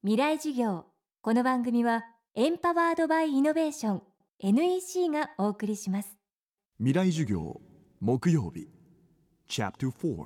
未来授業。この番組はエンパワードバイイノベーション NEC がお送りします。 未来授業木曜日 Chapter 4。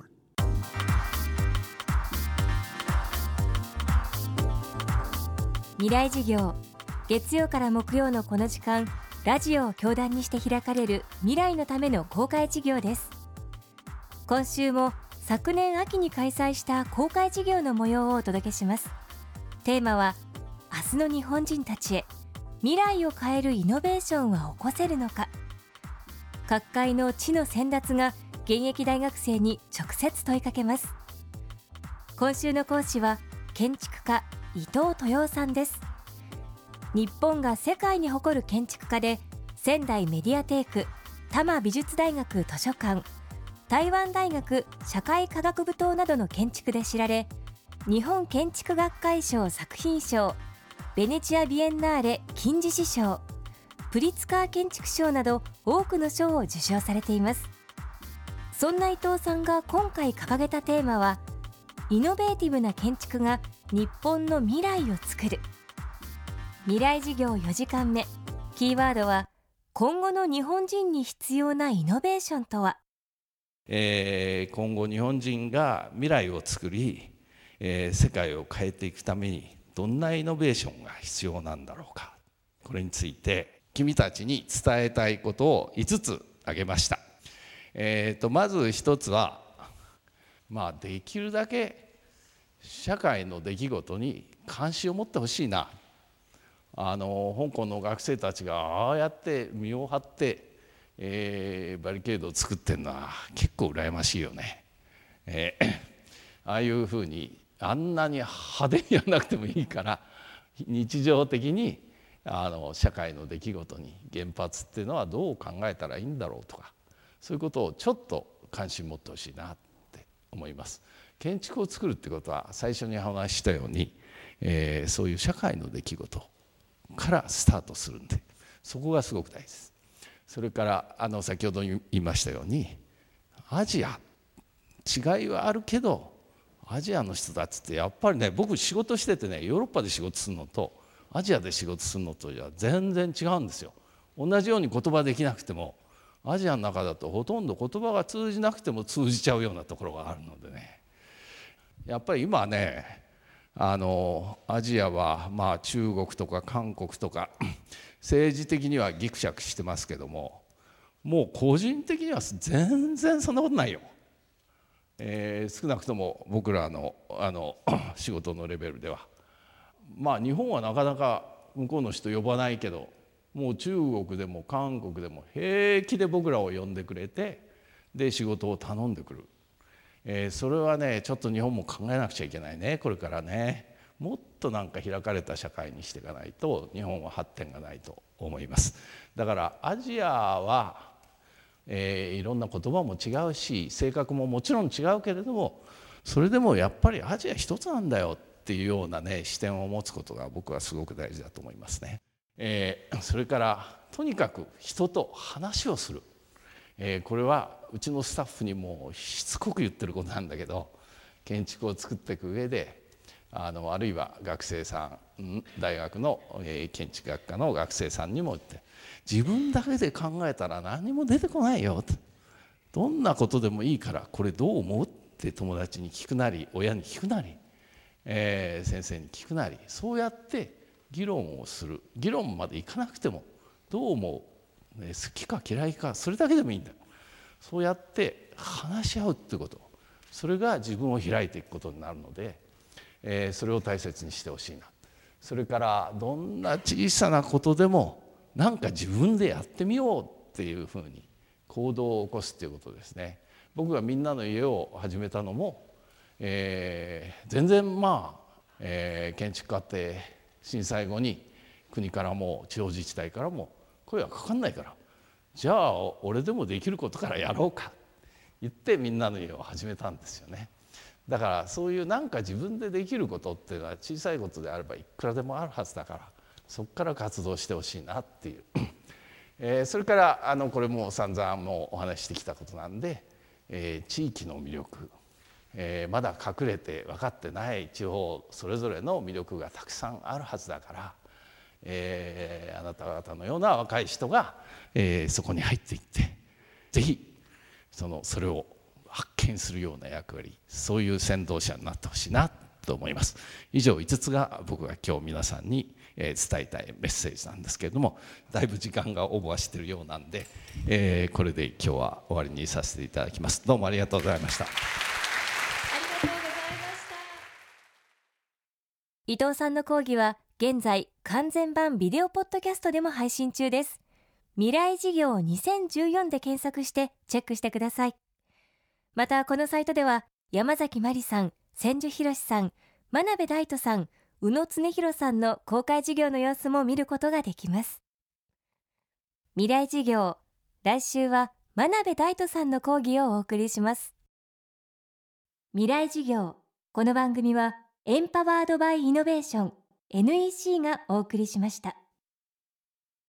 未来授業、月曜から木曜のこの時間、ラジオを教壇にして開かれる未来のための公開授業です。今週も昨年秋に開催した公開授業の模様をお届けします。テーマは、明日の日本人たちへ未来を変えるイノベーションは起こせるのか。各界の知の先達が現役大学生に直接問いかけます。今週の講師は建築家伊藤豊夫さんです。日本が世界に誇る建築家で、仙台メディアテーク、多摩美術大学図書館、台湾大学社会科学部棟などの建築で知られ、日本建築学会賞作品賞、ベネチアビエンナーレ金獅子賞、プリツカー建築賞など多くの賞を受賞されています。そんな伊藤さんが今回掲げたテーマは、イノベーティブな建築が日本の未来を作る。未来授業4時間目、キーワードは、今後の日本人に必要なイノベーションとは。 今後日本人が未来を作り、世界を変えていくためにどんなイノベーションが必要なんだろうか。これについて君たちに伝えたいことを5つ挙げました。まず1つは、できるだけ社会の出来事に関心を持ってほしいな。香港の学生たちがああやって身を張って、バリケードを作ってるのは結構羨ましいよね。ああいうふうにあんなに派手にやらなくてもいいから、日常的に社会の出来事に原発っていうのはどう考えたらいいんだろうとか、そういうことをちょっと関心持ってほしいなって思います。建築を作るってことは最初に話したように、そういう社会の出来事からスタートするんで、そこがすごく大事です。それから先ほど言いましたように、アジア違いはあるけど、アジアの人たちってやっぱりね、僕仕事しててね、ヨーロッパで仕事するのとアジアで仕事するのとじゃ全然違うんですよ。同じように言葉できなくても、アジアの中だとほとんど言葉が通じなくても通じちゃうようなところがあるのでね、やっぱり今ね、アジアは中国とか韓国とか政治的にはギクシャクしてますけども、もう個人的には全然そんなことないよ。少なくとも僕らの仕事のレベルでは、日本はなかなか向こうの人呼ばないけど、もう中国でも韓国でも平気で僕らを呼んでくれて、で仕事を頼んでくる。それはね、ちょっと日本も考えなくちゃいけないね、これからね。もっと開かれた社会にしていかないと日本は発展がないと思います。だからアジアはいろんな言葉も違うし、性格ももちろん違うけれども、それでもやっぱりアジア一つなんだよっていうようなね、視点を持つことが僕はすごく大事だと思いますね。それからとにかく人と話をする。これはうちのスタッフにもしつこく言ってることなんだけど、建築を作っていく上であるいは学生さん、大学の建築学科の学生さんにも言って、自分だけで考えたら何も出てこないよと。どんなことでもいいからこれどう思うって友達に聞くなり、親に聞くなり、先生に聞くなり、そうやって議論をする。議論までいかなくても、どう思う、好きか嫌いか、それだけでもいいんだ。そうやって話し合うってこと、それが自分を開いていくことになるので、それを大切にしてほしいな。それからどんな小さなことでも自分でやってみようっていうふうに行動を起こすっていうことですね。僕がみんなの家を始めたのも、全然建築家って震災後に国からも地方自治体からも声はかかんないから、じゃあ俺でもできることからやろうか言ってみんなの家を始めたんですよね。だからそういう自分でできることっていうのは小さいことであればいくらでもあるはずだから、そこから活動してほしいなっていうそれからこれも散々もうお話ししてきたことなんで、地域の魅力、 まだ隠れて分かってない地方それぞれの魅力がたくさんあるはずだから、あなた方のような若い人が、そこに入っていってぜひそれを発見するような役割、そういう先導者になってほしいなと思います。以上5つが僕が今日皆さんに伝えたいメッセージなんですけれども、だいぶ時間がオーバーしているようなんで、これで今日は終わりにさせていただきます。どうもありがとうございました。 伊藤さんの講義は現在完全版ビデオポッドキャストでも配信中です。未来事業2014で検索してチェックしてください。またこのサイトでは山崎まりさん、千住博さん、真鍋大斗さん、宇野恒弘さんの公開授業の様子も見ることができます。未来事業、来週は真鍋大斗さんの講義をお送りします。未来事業、この番組はエンパワードバイイノベーション NEC がお送りしました。